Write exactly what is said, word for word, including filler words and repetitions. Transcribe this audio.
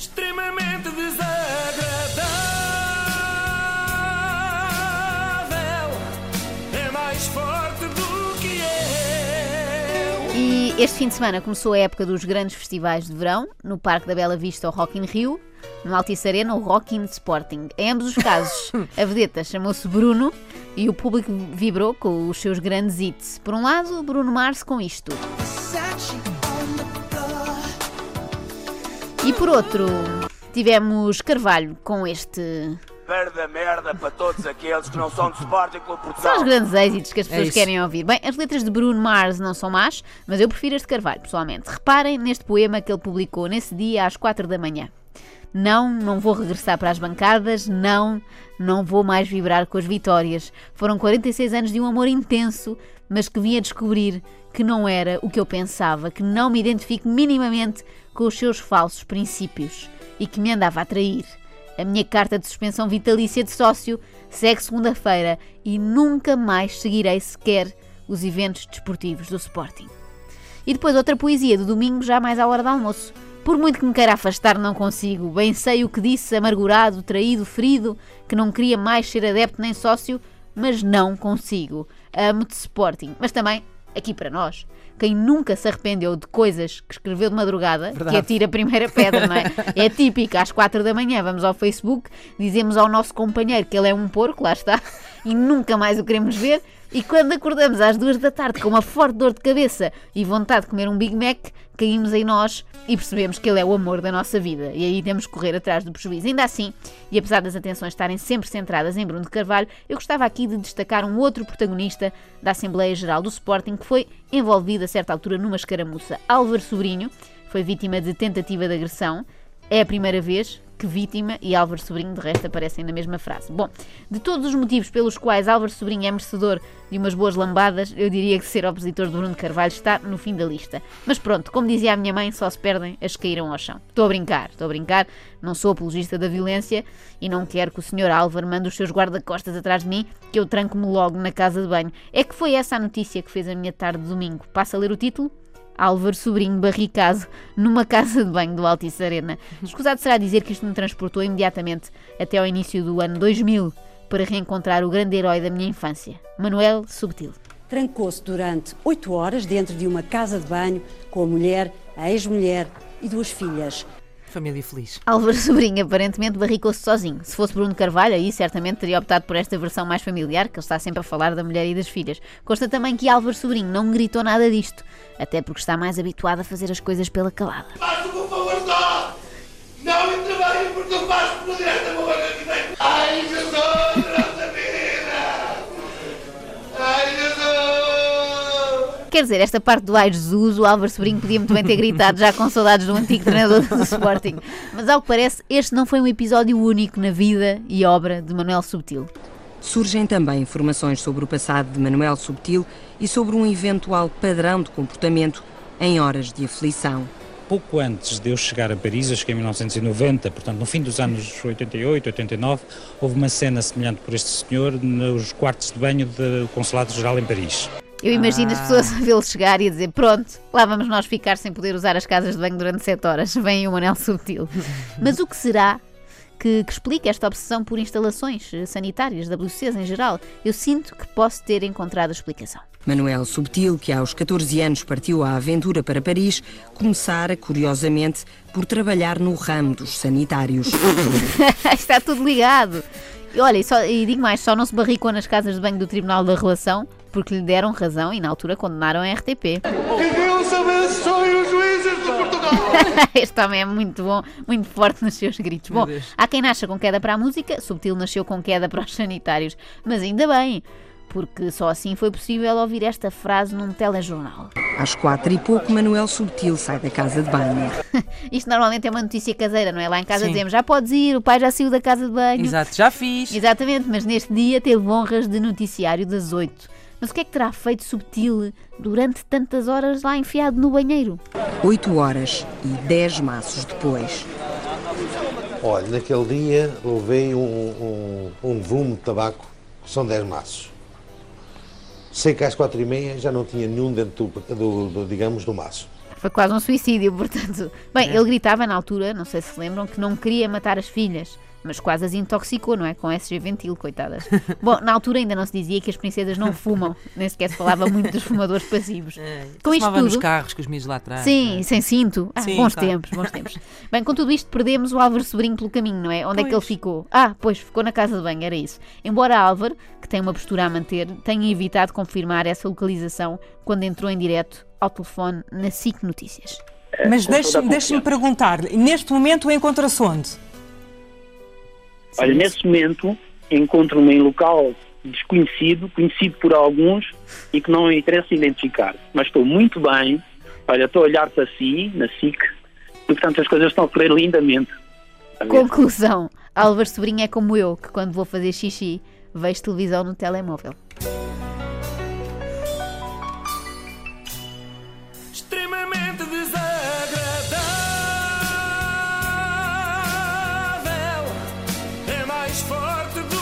extremamente desagradável. É mais forte do que eu. E este fim de semana começou a época dos grandes festivais de verão. No Parque da Bela Vista, o Rock in Rio. No Altice Arena, o Rock in Sporting. Em ambos os casos, a vedeta chamou-se Bruno e o público vibrou com os seus grandes hits. Por um lado, Bruno Mars com isto. E por outro, tivemos Carvalho com este... Perda merda para todos aqueles que não são de Sporting Clube Portugal. São os grandes êxitos que as pessoas É querem ouvir. Bem, as letras de Bruno Mars não são más, mas eu prefiro as de Carvalho, pessoalmente. Reparem neste poema que ele publicou nesse dia às quatro da manhã. Não, não vou regressar para as bancadas, não, não vou mais vibrar com as vitórias. Foram quarenta e seis anos de um amor intenso, mas que vim a descobrir que não era o que eu pensava, que não me identifico minimamente com os seus falsos princípios e que me andava a trair. A minha carta de suspensão vitalícia de sócio segue segunda-feira e nunca mais seguirei sequer os eventos desportivos do Sporting. E depois outra poesia do domingo, já mais à hora do almoço. Por muito que me queira afastar, não consigo. Bem sei o que disse, amargurado, traído, ferido, que não queria mais ser adepto nem sócio, mas não consigo. Amo-te, Sporting. Mas também, aqui para nós, quem nunca se arrependeu de coisas que escreveu de madrugada, verdade, que atira a primeira pedra, não é? É típico, às quatro da manhã vamos ao Facebook, dizemos ao nosso companheiro que ele é um porco, lá está, e nunca mais o queremos ver, e quando acordamos às duas da tarde com uma forte dor de cabeça e vontade de comer um Big Mac, caímos em nós e percebemos que ele é o amor da nossa vida. E aí temos que correr atrás do prejuízo. Ainda assim, e apesar das atenções estarem sempre centradas em Bruno de Carvalho, eu gostava aqui de destacar um outro protagonista da Assembleia Geral do Sporting que foi envolvido a certa altura numa escaramuça. Álvaro Sobrinho foi vítima de tentativa de agressão. É a primeira vez que vítima e Álvaro Sobrinho de resto aparecem na mesma frase. Bom, de todos os motivos pelos quais Álvaro Sobrinho é merecedor de umas boas lambadas, eu diria que ser opositor de Bruno de Carvalho está no fim da lista. Mas pronto, como dizia a minha mãe, só se perdem as que caíram ao chão. Estou a brincar, estou a brincar, não sou apologista da violência e não quero que o senhor Álvaro mande os seus guarda-costas atrás de mim, que eu tranco-me logo na casa de banho. É que foi essa a notícia que fez a minha tarde de domingo. Passa a ler o título? Álvaro Sobrinho barricado numa casa de banho do Altice Arena. Escusado será dizer que isto me transportou imediatamente até ao início do ano dois mil para reencontrar o grande herói da minha infância, Manuel Subtil. Trancou-se durante oito horas dentro de uma casa de banho com a mulher, a ex-mulher e duas filhas. Família feliz. Álvaro Sobrinho aparentemente barricou-se sozinho. Se fosse Bruno Carvalho, aí certamente teria optado por esta versão mais familiar, que ele está sempre a falar da mulher e das filhas. Consta também que Álvaro Sobrinho não gritou nada disto, até porque está mais habituado a fazer as coisas pela calada. Faça-me um favor só! Não me trabalhe porque eu faço por direito a boca aqui dentro! Ai, Jesus, nossa vida! Ai, Jesus! Quer dizer, esta parte do ai Jesus, o Álvaro Sobrinho podia muito bem ter gritado, já com saudades do antigo treinador do Sporting. Mas ao que parece, este não foi um episódio único na vida e obra de Manuel Subtil. Surgem também informações sobre o passado de Manuel Subtil e sobre um eventual padrão de comportamento em horas de aflição. Pouco antes de eu chegar a Paris, eu cheguei em mil novecentos e noventa, portanto no fim dos anos oitenta e oito, oitenta e nove, houve uma cena semelhante por este senhor nos quartos de banho do Consulado-Geral em Paris. Eu imagino ah. as pessoas a vê-lo chegar e a dizer, pronto, lá vamos nós ficar sem poder usar as casas de banho durante sete horas. Vem aí o Manuel Subtil. Mas o que será que, que explica esta obsessão por instalações sanitárias, W Cs em geral? Eu sinto que posso ter encontrado a explicação. Manuel Subtil, que aos catorze anos partiu à aventura para Paris, começara, curiosamente, por trabalhar no ramo dos sanitários. Está tudo ligado. E olha, e, só, e digo mais, só não se barricou nas casas de banho do Tribunal da Relação porque lhe deram razão e na altura condenaram a R T P. Que Deus abençoe os juízes de Portugal! Este homem é muito bom, muito forte nos seus gritos. Bom, há quem nasça com queda para a música, Subtil nasceu com queda para os sanitários, mas ainda bem, porque só assim foi possível ouvir esta frase num telejornal. Às quatro e pouco, Manuel Subtil sai da casa de banho. Isto normalmente é uma notícia caseira, não é? Lá em casa Sim. dizemos, já podes ir, o pai já saiu da casa de banho. Exato, já fiz. Exatamente, mas neste dia teve honras de noticiário das oito. Mas o que é que terá feito Subtil durante tantas horas lá enfiado no banheiro? Oito horas e dez maços depois. Olha, naquele dia levei um, um, um volume de tabaco, são dez maços. Sei que às quatro e meia já não tinha nenhum dentro do, do, do, digamos, do maço. Foi quase um suicídio, portanto. Bem, é. ele gritava na altura, não sei se se lembram, que não queria matar as filhas, mas quase as intoxicou, não é? Com S G Ventil, coitadas. Bom, na altura ainda não se dizia que as princesas não fumam, nem sequer se falava muito dos fumadores passivos. É, com isto tudo, nos carros, com os miúdos lá atrás. Sim, é? sem cinto. Ah, Sim, bons claro. tempos, bons tempos. Bem, com tudo isto perdemos o Álvaro Sobrinho pelo caminho, não é? Onde pois. é que ele ficou? Ah, pois, ficou na casa de banho, era isso. Embora Álvaro, que tem uma postura a manter, tenha evitado confirmar essa localização quando entrou em direto ao telefone na S I C Notícias. Mas deixe-me deixe perguntar, neste momento encontra-se onde? Olha, nesse momento encontro-me em local desconhecido, conhecido por alguns e que não me interessa identificar. Mas estou muito bem, olha, estou a olhar para si, na S I C, e portanto as coisas estão a correr lindamente. Conclusão, Álvaro Sobrinho é como eu, que quando vou fazer xixi, vejo televisão no telemóvel. Extremamente desagradável, é mais forte do